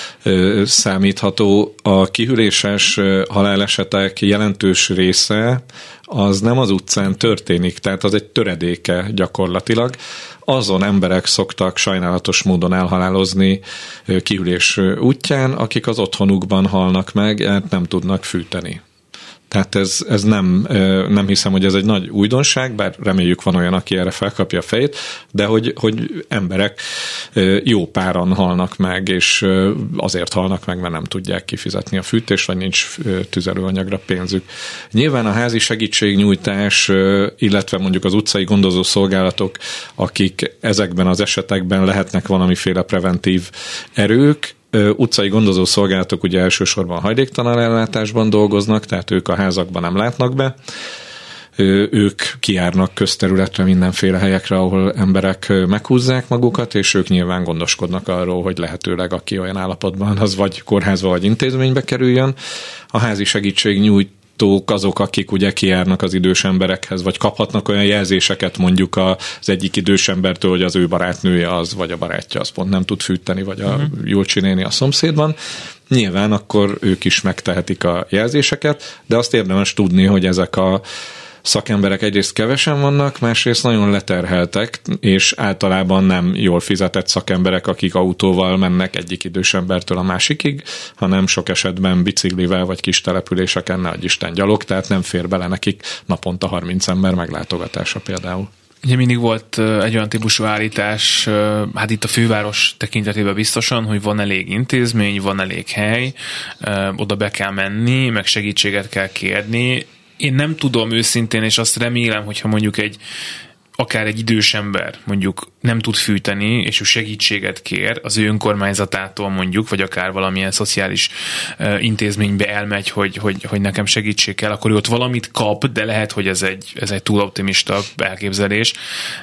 számítható, a kihűléses halálesetek jelentős része az nem az utcán történik, tehát az egy töredéke gyakorlatilag. Azon emberek szoktak sajnálatos módon elhalálozni kihűlés útján, akik az otthonukban halnak meg, hát nem tudnak fűteni. Tehát ez nem hiszem, hogy ez egy nagy újdonság, bár reméljük van olyan, aki erre felkapja a fejét, de hogy emberek jó páran halnak meg, és azért halnak meg, mert nem tudják kifizetni a fűtést, vagy nincs tüzelőanyagra pénzük. Nyilván a házi segítségnyújtás, illetve mondjuk az utcai gondozó szolgálatok, akik ezekben az esetekben lehetnek valamiféle preventív erők, utcai gondozó szolgálatok ugye elsősorban hajléktalan ellátásban dolgoznak, tehát ők a házakban nem látnak be. Ők kijárnak közterületre, mindenféle helyekre, ahol emberek meghúzzák magukat, és ők nyilván gondoskodnak arról, hogy lehetőleg aki olyan állapotban, az vagy kórházba, vagy intézménybe kerüljön. A házi segítségnyújtó azok, akik ugye kijárnak az idős emberekhez, vagy kaphatnak olyan jelzéseket mondjuk az egyik idős embertől, hogy az ő barátnője az, vagy a barátja az pont nem tud fűteni, vagy a Júlcsi néni a szomszédban. Nyilván akkor ők is megtehetik a jelzéseket, de azt érdemes tudni, hogy ezek a szakemberek egyrészt kevesen vannak, másrészt nagyon leterheltek, és általában nem jól fizetett szakemberek, akik autóval mennek egyik idős embertől a másikig, hanem sok esetben biciklivel vagy kis településeken, ne adj Isten, gyalog, tehát nem fér bele nekik naponta 30 ember meglátogatása például. Ugye mindig volt egy olyan típusú állítás, hát itt a főváros tekintetében biztosan, hogy van elég intézmény, van elég hely, oda be kell menni, meg segítséget kell kérni. Én nem tudom őszintén, és azt remélem, hogyha mondjuk akár egy idős ember mondjuk nem tud fűteni, és ő segítséget kér az ő önkormányzatától mondjuk, vagy akár valamilyen szociális intézménybe elmegy, hogy nekem segítség kell, akkor ő ott valamit kap, de lehet, hogy ez egy túl optimista elképzelés.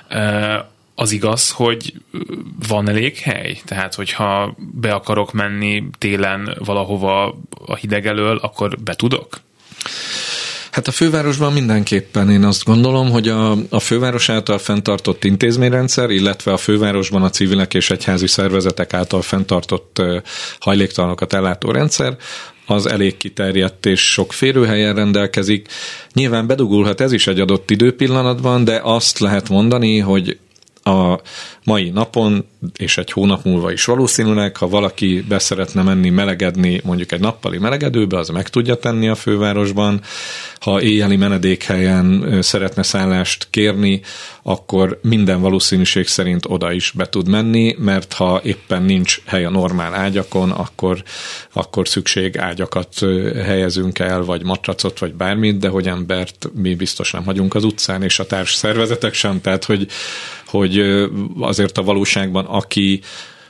Az igaz, hogy van elég hely? Tehát, hogyha be akarok menni télen valahova a hideg elől, akkor be tudok? Hát a fővárosban mindenképpen én azt gondolom, hogy a főváros által fenntartott intézményrendszer, illetve a fővárosban a civilek és egyházi szervezetek által fenntartott hajléktalanokat ellátó rendszer, az elég kiterjedt és sok férőhelyen rendelkezik. Nyilván bedugulhat ez is egy adott időpillanatban, de azt lehet mondani, hogy a mai napon, és egy hónap múlva is valószínűleg, ha valaki beszeretne menni melegedni mondjuk egy nappali melegedőbe, az meg tudja tenni a fővárosban. Ha éjjeli menedékhelyen szeretne szállást kérni, akkor minden valószínűség szerint oda is be tud menni, mert ha éppen nincs hely a normál ágyakon, akkor szükség ágyakat helyezünk el, vagy matracot, vagy bármit, de hogy embert mi biztos nem hagyunk az utcán, és a társ szervezetek sem, tehát hogy azért a valóságban akinek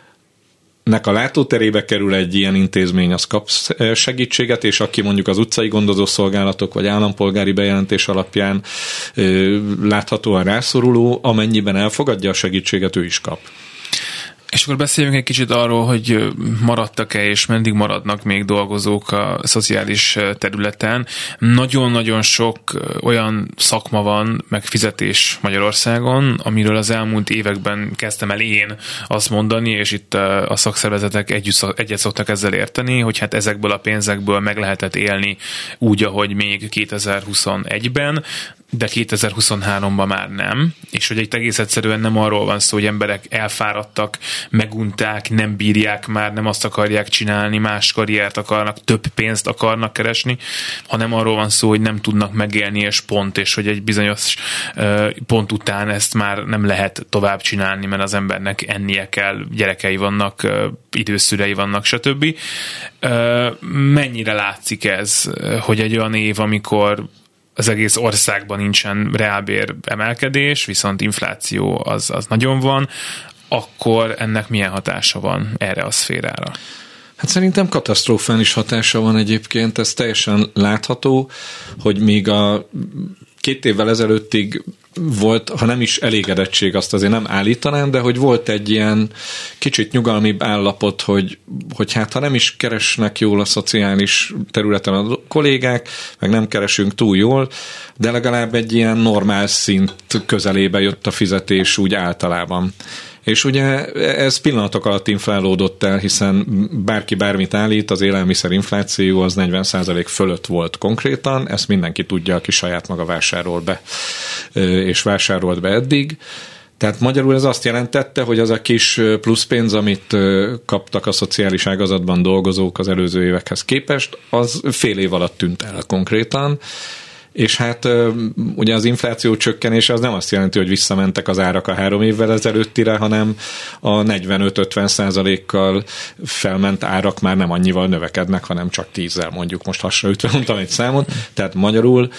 a látóterébe kerül egy ilyen intézmény, az kap segítséget, és aki mondjuk az utcai gondozószolgálatok vagy állampolgári bejelentés alapján láthatóan rászoruló, amennyiben elfogadja a segítséget, ő is kap. És akkor beszéljünk egy kicsit arról, hogy maradtak-e és meddig maradnak még dolgozók a szociális területen. Nagyon-nagyon sok olyan szakma van, meg fizetés Magyarországon, amiről az elmúlt években kezdtem el én azt mondani, és itt a szakszervezetek egyet szoktak ezzel érteni, hogy hát ezekből a pénzekből meg lehetett élni úgy, ahogy még 2021-ben. de 2023-ban már nem, és hogy egy egész egyszerűen nem arról van szó, hogy emberek elfáradtak, megunták, nem bírják már, nem azt akarják csinálni, más karriert akarnak, több pénzt akarnak keresni, hanem arról van szó, hogy nem tudnak megélni, és hogy egy bizonyos pont után ezt már nem lehet tovább csinálni, mert az embernek ennie kell, gyerekei vannak, időszülei vannak, stb. Mennyire látszik ez, hogy egy olyan év, amikor az egész országban nincsen reálbér emelkedés, viszont infláció az nagyon van, akkor ennek milyen hatása van erre a szférára? Hát szerintem katasztrofális hatása van egyébként, ez teljesen látható, hogy még a 2 évvel ezelőttig volt, ha nem is elégedettség, azt azért nem állítanám, de hogy volt egy ilyen kicsit nyugalmibb állapot, hogy hát ha nem is keresnek jól a szociális területen a kollégák, meg nem keresünk túl jól, de legalább egy ilyen normál szint közelébe jött a fizetés úgy általában. És ugye ez pillanatok alatt inflálódott el, hiszen bárki bármit állít, az élelmiszerinfláció az 40% fölött volt konkrétan, ezt mindenki tudja, aki saját maga vásárol be, és vásárolt be eddig. Tehát magyarul ez azt jelentette, hogy az a kis pluszpénz, amit kaptak a szociális ágazatban dolgozók az előző évekhez képest, az fél év alatt tűnt el konkrétan. És hát ugye az infláció csökkenése az nem azt jelenti, hogy visszamentek az árak a 3 évvel ezelőttire, hanem a 45-50%-kal felment árak már nem annyival növekednek, hanem csak 10-zel mondjuk, most hasraütve mondtam egy számot, tehát magyarul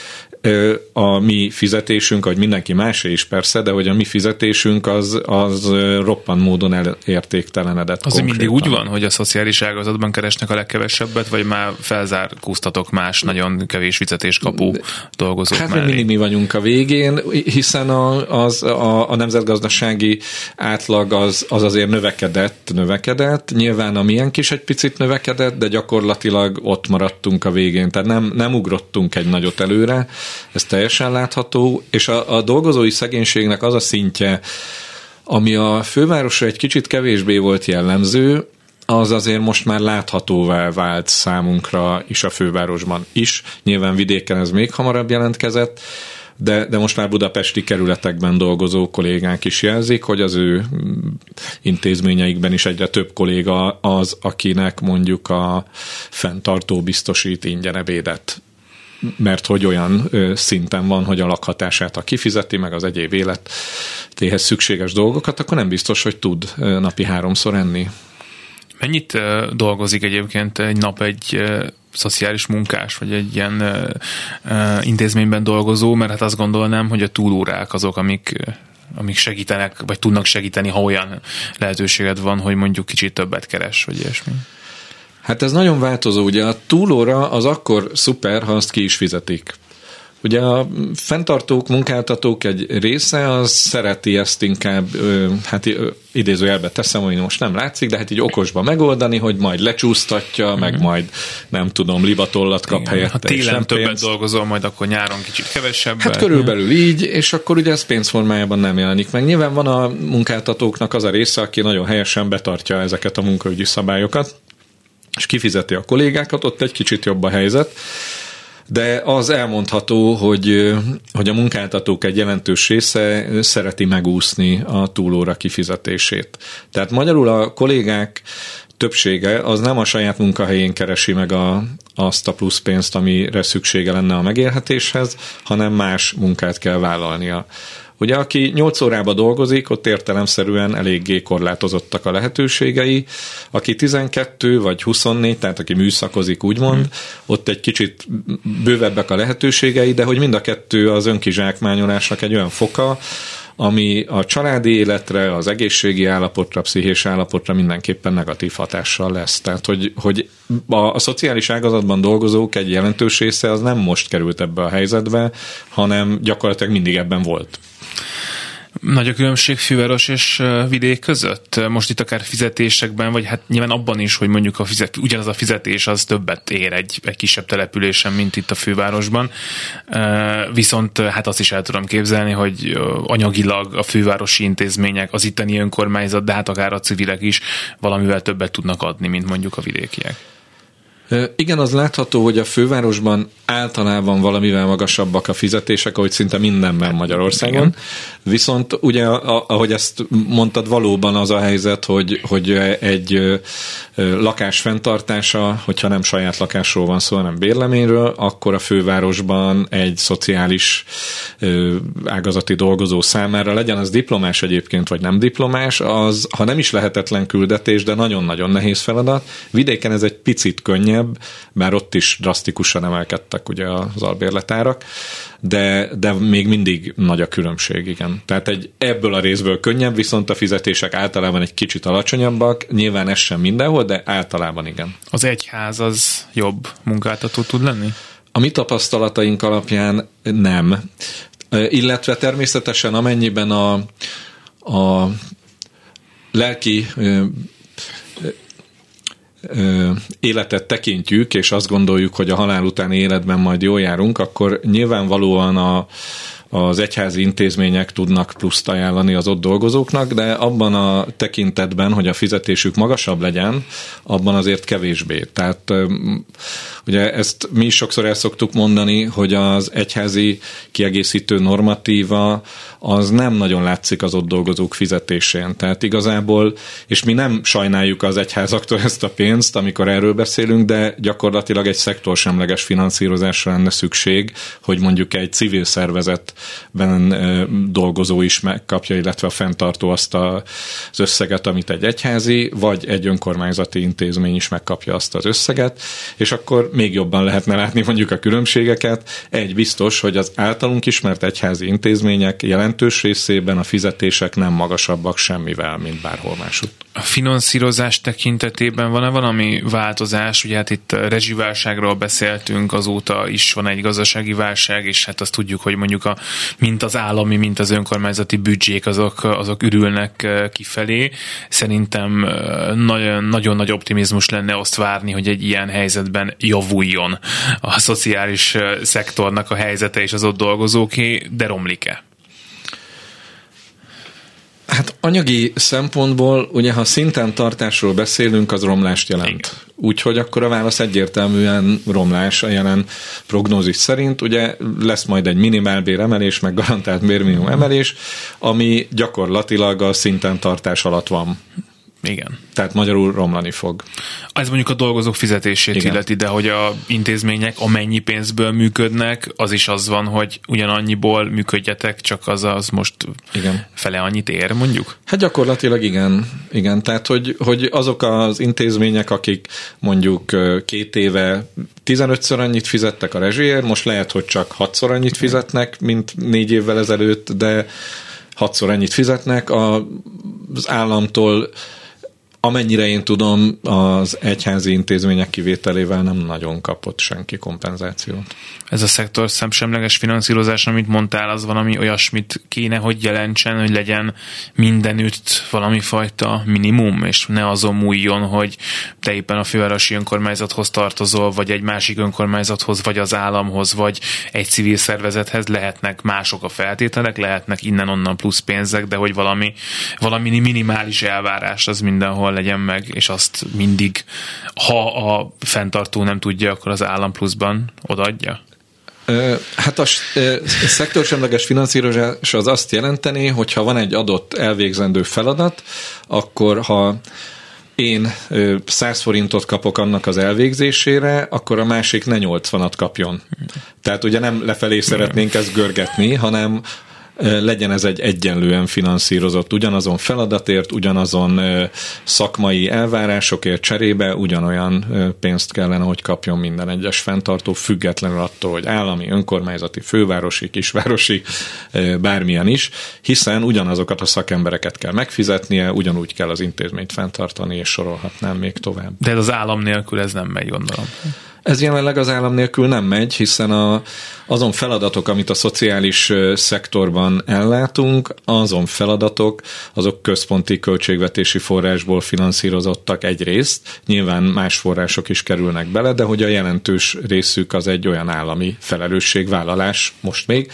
a mi fizetésünk, ahogy mindenki másé is persze, de hogy a mi fizetésünk az roppant módon elértéktelenedett. Az mindig úgy van, hogy a szociális ágazatban keresnek a legkevesebbet, vagy már felzárkóztatok más nagyon kevés fizetéskapú dolgozók hát mellé? mindig mi vagyunk a végén, hiszen a nemzetgazdasági átlag az azért növekedett. Nyilván a milyen kis egy picit növekedett, de gyakorlatilag ott maradtunk a végén. Tehát nem ugrottunk egy nagyot előre, ez teljesen látható, és a dolgozói szegénységnek az a szintje, ami a fővárosra egy kicsit kevésbé volt jellemző, az azért most már láthatóvá vált számunkra is a fővárosban is. Nyilván vidéken ez még hamarabb jelentkezett, de most már budapesti kerületekben dolgozó kollégák is jelzik, hogy az ő intézményeikben is egyre több kolléga az, akinek mondjuk a fenntartó biztosít ingyen ebédet. Mert hogy olyan szinten van, hogy a lakhatását, ha kifizeti, meg az egyéb életéhez szükséges dolgokat, akkor nem biztos, hogy tud napi 3-szor enni. Mennyit dolgozik egyébként egy nap egy szociális munkás, vagy egy ilyen intézményben dolgozó, mert hát azt gondolnám, hogy a túlórák azok, amik segítenek, vagy tudnak segíteni, ha olyan lehetőséged van, hogy mondjuk kicsit többet keres, vagy ilyesmi. Hát ez nagyon változó, ugye a túlóra az akkor szuper, ha azt ki is fizetik. Ugye a fenntartók, munkáltatók egy része az szereti ezt inkább, hát idézőjelbe teszem, hogy most nem látszik, de hát így okosba megoldani, hogy majd lecsúsztatja, meg majd nem tudom, libatollat kap helyette. Ha télen többet dolgozol, majd akkor nyáron kicsit kevesebb. Hát körülbelül így, és akkor ugye ez pénzformájában nem jelenik meg. Nyilván van a munkáltatóknak az a része, aki nagyon helyesen betartja ezeket a munkaügyi szabályokat, és kifizeti a kollégákat, ott egy kicsit jobb a helyzet, de az elmondható, hogy a munkáltatók egy jelentős része szereti megúszni a túlóra kifizetését. Tehát magyarul a kollégák többsége az nem a saját munkahelyén keresi meg azt a pluszpénzt, amire szüksége lenne a megélhetéshez, hanem más munkát kell vállalnia. Ugye, aki 8 órába dolgozik, ott értelemszerűen eléggé korlátozottak a lehetőségei. Aki 12 vagy 24, tehát aki műszakozik, úgymond, ott egy kicsit bővebbek a lehetőségei, de hogy mind a kettő az önkizsákmányolásnak egy olyan foka, ami a családi életre, az egészségi állapotra, pszichés állapotra mindenképpen negatív hatással lesz. Tehát, hogy a szociális ágazatban dolgozók egy jelentős része az nem most került ebbe a helyzetbe, hanem gyakorlatilag mindig ebben volt. Nagy a különbség főváros és vidék között? Most itt akár fizetésekben, vagy hát nyilván abban is, hogy mondjuk ugyanaz a fizetés az többet ér egy kisebb településen, mint itt a fővárosban. Viszont hát azt is el tudom képzelni, hogy anyagilag a fővárosi intézmények, az itteni önkormányzat, de hát akár a civilek is valamivel többet tudnak adni, mint mondjuk a vidékiek. Igen, az látható, hogy a fővárosban általában valamivel magasabbak a fizetések, ahogy szinte mindenben Magyarországon. Igen. Viszont ugye, ahogy ezt mondtad, valóban az a helyzet, hogy egy lakás fenntartása, hogyha nem saját lakásról van szó, hanem bérleményről, akkor a fővárosban egy szociális ágazati dolgozó számára, legyen az diplomás egyébként, vagy nem diplomás, az, ha nem is lehetetlen küldetés, de nagyon-nagyon nehéz feladat. Vidéken ez egy picit könnyebb, bár ott is drasztikusan emelkedtek ugye az albérletárak, de még mindig nagy a különbség, igen. Tehát ebből a részből könnyebb, viszont a fizetések általában egy kicsit alacsonyabbak, nyilván ez sem mindenhol, de általában igen. Az egyház az jobb munkáltató tud lenni? A mi tapasztalataink alapján nem. Illetve természetesen amennyiben a lelki életet tekintjük, és azt gondoljuk, hogy a halál utáni életben majd jól járunk, akkor nyilvánvalóan az egyházi intézmények tudnak pluszt ajánlani az ott dolgozóknak, de abban a tekintetben, hogy a fizetésük magasabb legyen, abban azért kevésbé. Tehát ugye ezt mi is sokszor el szoktuk mondani, hogy az egyházi kiegészítő normatíva az nem nagyon látszik az ott dolgozók fizetésén. Tehát igazából, és mi nem sajnáljuk az egyházaktól ezt a pénzt, amikor erről beszélünk, de gyakorlatilag egy szektorsemleges finanszírozásra lenne szükség, hogy mondjuk egy civil szervezetben dolgozó is megkapja, illetve a fenntartó azt az összeget, amit egy egyházi, vagy egy önkormányzati intézmény is megkapja azt az összeget, és akkor még jobban lehetne látni mondjuk a különbségeket. Egy biztos, hogy az általunk ismert egyházi intézmények jelentős részében a fizetések nem magasabbak semmivel, mint bárhol másutt. A finanszírozás tekintetében van-e valami változás? Ugye hát itt rezsiválságról beszéltünk, azóta is van egy gazdasági válság, és hát azt tudjuk, hogy mondjuk mint az állami, mint az önkormányzati büdzsék, azok ürülnek kifelé. Szerintem nagyon nagy optimizmus lenne azt várni, hogy egy ilyen helyzetben javuljon a szociális szektornak a helyzete és az ott dolgozóké, de romlik-e? Hát anyagi szempontból, ugye ha szinten tartásról beszélünk, az romlást jelent. Úgyhogy akkor a válasz egyértelműen romlás a jelen prognózis szerint. Ugye lesz majd egy minimálbér emelés, meg garantált bérminimum emelés, ami gyakorlatilag a szinten tartás alatt van. Igen. Tehát magyarul romlani fog. Ez mondjuk a dolgozók fizetését illeti, de hogy a intézmények amennyi pénzből működnek, az is az van, hogy ugyanannyiból működjetek, csak az most fele annyit ér, mondjuk? Hát gyakorlatilag igen. Tehát, hogy azok az intézmények, akik mondjuk 2 éve 15-ször annyit fizettek a rezsiért, most lehet, hogy csak 6-szor annyit fizetnek, mint 4 évvel ezelőtt, de 6-szor annyit fizetnek az államtól. Amennyire én tudom, az egyházi intézmények kivételével nem nagyon kapott senki kompenzációt. Ez a szektor szemsemleges finanszírozás, amit mondtál, az valami olyasmit kéne, hogy jelentsen, hogy legyen mindenütt valami fajta minimum, és ne azon múljon, hogy te éppen a fővárosi önkormányzathoz tartozol, vagy egy másik önkormányzathoz, vagy az államhoz, vagy egy civil szervezethez. Lehetnek mások a feltételek, lehetnek innen-onnan plusz pénzek, de hogy valami minimális elvárás az mindenhol legyen meg, és azt mindig, ha a fenntartó nem tudja, akkor az állam pluszban odaadja? Hát a szektorsemleges finanszírozás az azt jelenteni, hogy ha van egy adott elvégzendő feladat, akkor ha én 100 forintot kapok annak az elvégzésére, akkor a másik ne 80-at kapjon. Tehát ugye nem lefelé szeretnénk ezt görgetni, hanem legyen ez egy egyenlően finanszírozott, ugyanazon feladatért, ugyanazon szakmai elvárásokért cserébe ugyanolyan pénzt kellene, hogy kapjon minden egyes fenntartó, függetlenül attól, hogy állami, önkormányzati, fővárosi, kisvárosi, bármilyen is, hiszen ugyanazokat a szakembereket kell megfizetnie, ugyanúgy kell az intézményt fenntartani, és sorolhatnám még tovább. De ez az állam nélkül ez nem megy, gondolom. Ez jelenleg az állam nélkül nem megy, hiszen azon feladatok, amit a szociális szektorban ellátunk, azon feladatok, azok központi költségvetési forrásból finanszírozottak egyrészt, nyilván más források is kerülnek bele, de hogy a jelentős részük az egy olyan állami felelősségvállalás, most még,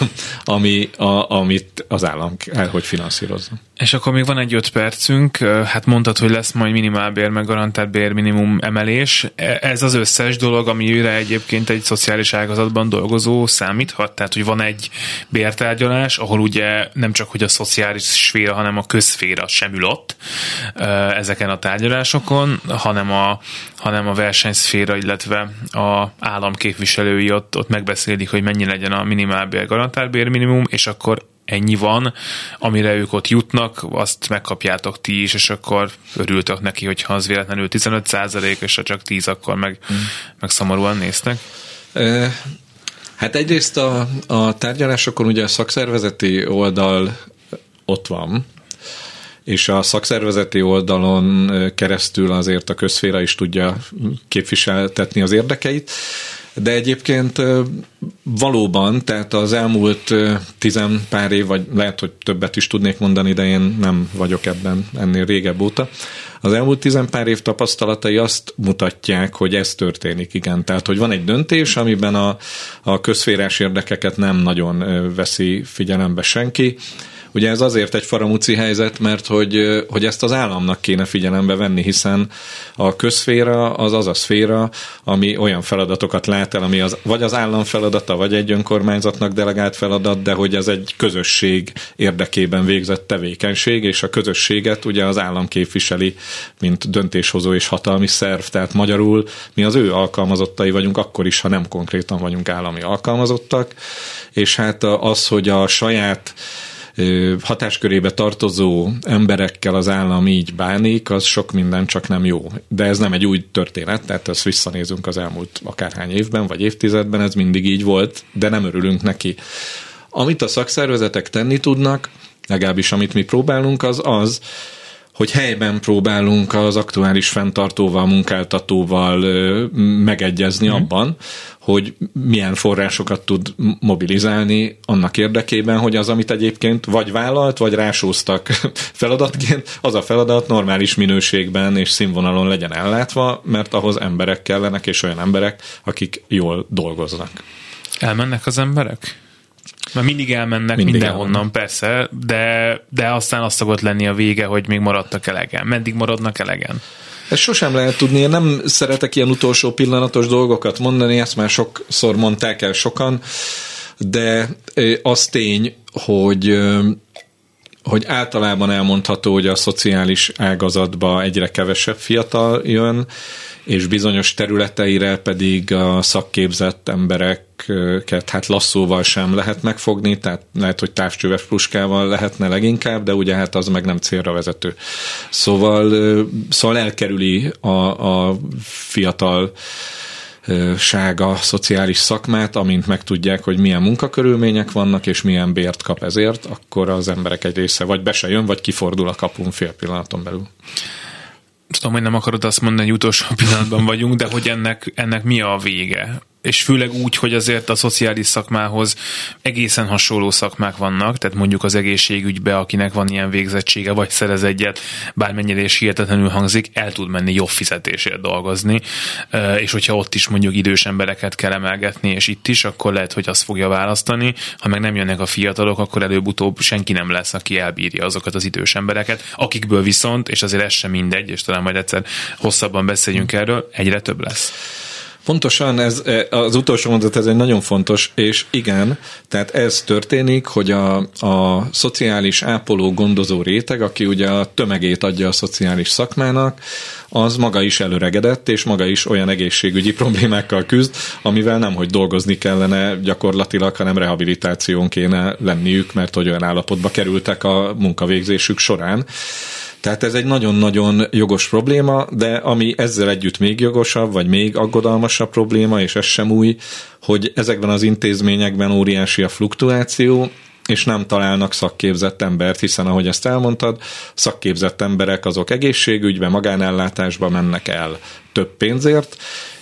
amit az állam kell, hogy finanszírozza. És akkor még van egy 5 percünk, hát mondtad, hogy lesz majd minimálbér, meg garantált bérminimum emelés. Ez az összes dolog, amire egyébként egy szociális ágazatban dolgozó számíthat? Tehát, hogy van egy bértárgyalás, ahol ugye nem csak, hogy a szociális szféra, hanem a közszféra sem ül ott ezeken a tárgyalásokon, hanem a versenyszféra, illetve a állam képviselői ott megbeszélik, hogy mennyi legyen a minimálbér, garantált bérminimum, és akkor ennyi van, amire ők ott jutnak, azt megkapjátok ti is, és akkor örültök neki, hogyha az véletlenül 15%, és ha csak 10, akkor meg szomorúan néztek. Hát egyrészt a tárgyalásokon ugye a szakszervezeti oldal ott van, és a szakszervezeti oldalon keresztül azért a közszféra is tudja képviseltetni az érdekeit, de egyébként valóban, tehát az elmúlt 10 pár év, vagy lehet, hogy többet is tudnék mondani, de én nem vagyok ebben ennél régebb óta. Az elmúlt 10 pár év tapasztalatai azt mutatják, hogy ez történik, igen. Tehát, hogy van egy döntés, amiben a közszférás érdekeket nem nagyon veszi figyelembe senki. Ugye ez azért egy faramúci helyzet, mert hogy ezt az államnak kéne figyelembe venni, hiszen a közszféra az a szféra, ami olyan feladatokat lát el, ami vagy az állam feladata, vagy egy önkormányzatnak delegált feladat, de hogy ez egy közösség érdekében végzett tevékenység, és a közösséget ugye az állam képviseli, mint döntéshozó és hatalmi szerv, tehát magyarul mi az ő alkalmazottai vagyunk, akkor is, ha nem konkrétan vagyunk állami alkalmazottak, és hát az, hogy a saját hatáskörébe tartozó emberekkel az állam így bánik, az sok minden, csak nem jó. De ez nem egy új történet, tehát ezt visszanézünk az elmúlt akárhány évben, vagy évtizedben, ez mindig így volt, de nem örülünk neki. Amit a szakszervezetek tenni tudnak, legalábbis amit mi próbálunk, az, hogy helyben próbálunk az aktuális fenntartóval, munkáltatóval megegyezni abban, hogy milyen forrásokat tud mobilizálni annak érdekében, hogy az, amit egyébként vagy vállalt, vagy rásóztak feladatként, az a feladat normális minőségben és színvonalon legyen ellátva, mert ahhoz emberek kellenek, és olyan emberek, akik jól dolgoznak. Elmennek az emberek? Mert mindig elmennek mindenhonnan, persze, de aztán azt szokott lenni a vége, hogy még maradtak elegen. Meddig maradnak elegen? Ezt sosem lehet tudni, én nem szeretek ilyen utolsó pillanatos dolgokat mondani, ezt már sokszor mondták el sokan, de az tény, hogy általában elmondható, hogy a szociális ágazatba egyre kevesebb fiatal jön, és bizonyos területeire pedig a szakképzett embereket hát lasszóval sem lehet megfogni, tehát lehet, hogy távcsöves puskával lehetne leginkább, de ugye hát az meg nem célra vezető. Szóval elkerüli a fiatal sága szociális szakmát, amint megtudják, hogy milyen munkakörülmények vannak, és milyen bért kap ezért, akkor az emberek egy része vagy be se jön, vagy kifordul a kapun fél pillanaton belül. Tudom, hogy nem akarod azt mondani, hogy utolsó pillanatban vagyunk, de hogy ennek mi a vége? És főleg úgy, hogy azért a szociális szakmához egészen hasonló szakmák vannak, tehát mondjuk az egészségügybe, akinek van ilyen végzettsége, vagy szerez egyet, bármennyire is hihetetlenül hangzik, el tud menni jobb fizetésért dolgozni, és hogyha ott is mondjuk idős embereket kell emelgetni, és itt is, akkor lehet, hogy azt fogja választani, ha meg nem jönnek a fiatalok, akkor előbb-utóbb senki nem lesz, aki elbírja azokat az idős embereket, akikből viszont, és azért ez sem mindegy, és talán majd egyszer hosszabban beszéljünk erről, egyre több lesz. Pontosan, ez az utolsó mondat, ez egy nagyon fontos, és igen, tehát ez történik, hogy a szociális ápoló gondozó réteg, aki ugye a tömegét adja a szociális szakmának, az maga is előregedett, és maga is olyan egészségügyi problémákkal küzd, amivel nemhogy dolgozni kellene gyakorlatilag, hanem rehabilitáción kéne lenniük, mert hogy olyan állapotba kerültek a munkavégzésük során. Tehát ez egy nagyon-nagyon jogos probléma, de ami ezzel együtt még jogosabb, vagy még aggodalmasabb probléma, és ez sem új, hogy ezekben az intézményekben óriási a fluktuáció, és nem találnak szakképzett embert, hiszen ahogy ezt elmondtad, szakképzett emberek azok egészségügybe, magánellátásba mennek el több pénzért,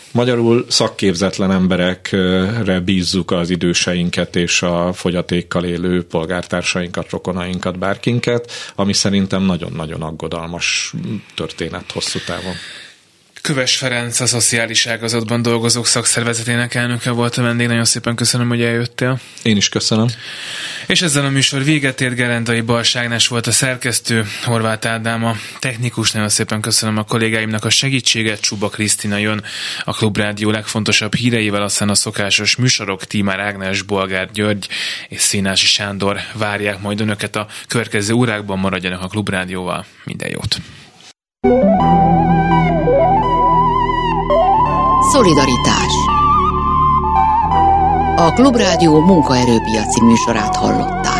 Magyarul szakképzetlen emberekre bízzuk az időseinket és a fogyatékkal élő polgártársainkat, rokonainkat, bárkinket, ami szerintem nagyon-nagyon aggodalmas történet hosszú távon. Kövess Ferenc, a szociális ágazatban dolgozók szakszervezetének elnöke volt a vendég. Nagyon szépen köszönöm, hogy eljöttél. Én is köszönöm. És ezzel a műsor véget ért. Gerendai Balázs Ágnes volt a szerkesztő, Horváth Ádám a technikus. Nagyon szépen köszönöm a kollégáimnak a segítséget. Csuba Krisztina jön a Klubrádió legfontosabb híreivel, aztán a szokásos műsorok Tímár Ágnes, Bolgár György és Színási Sándor várják majd önöket a következő órákban. Maradjanak a Klubrádióval. Minden jót! Szolidaritás. A Klubrádió munkaerőpiaci műsorát hallották.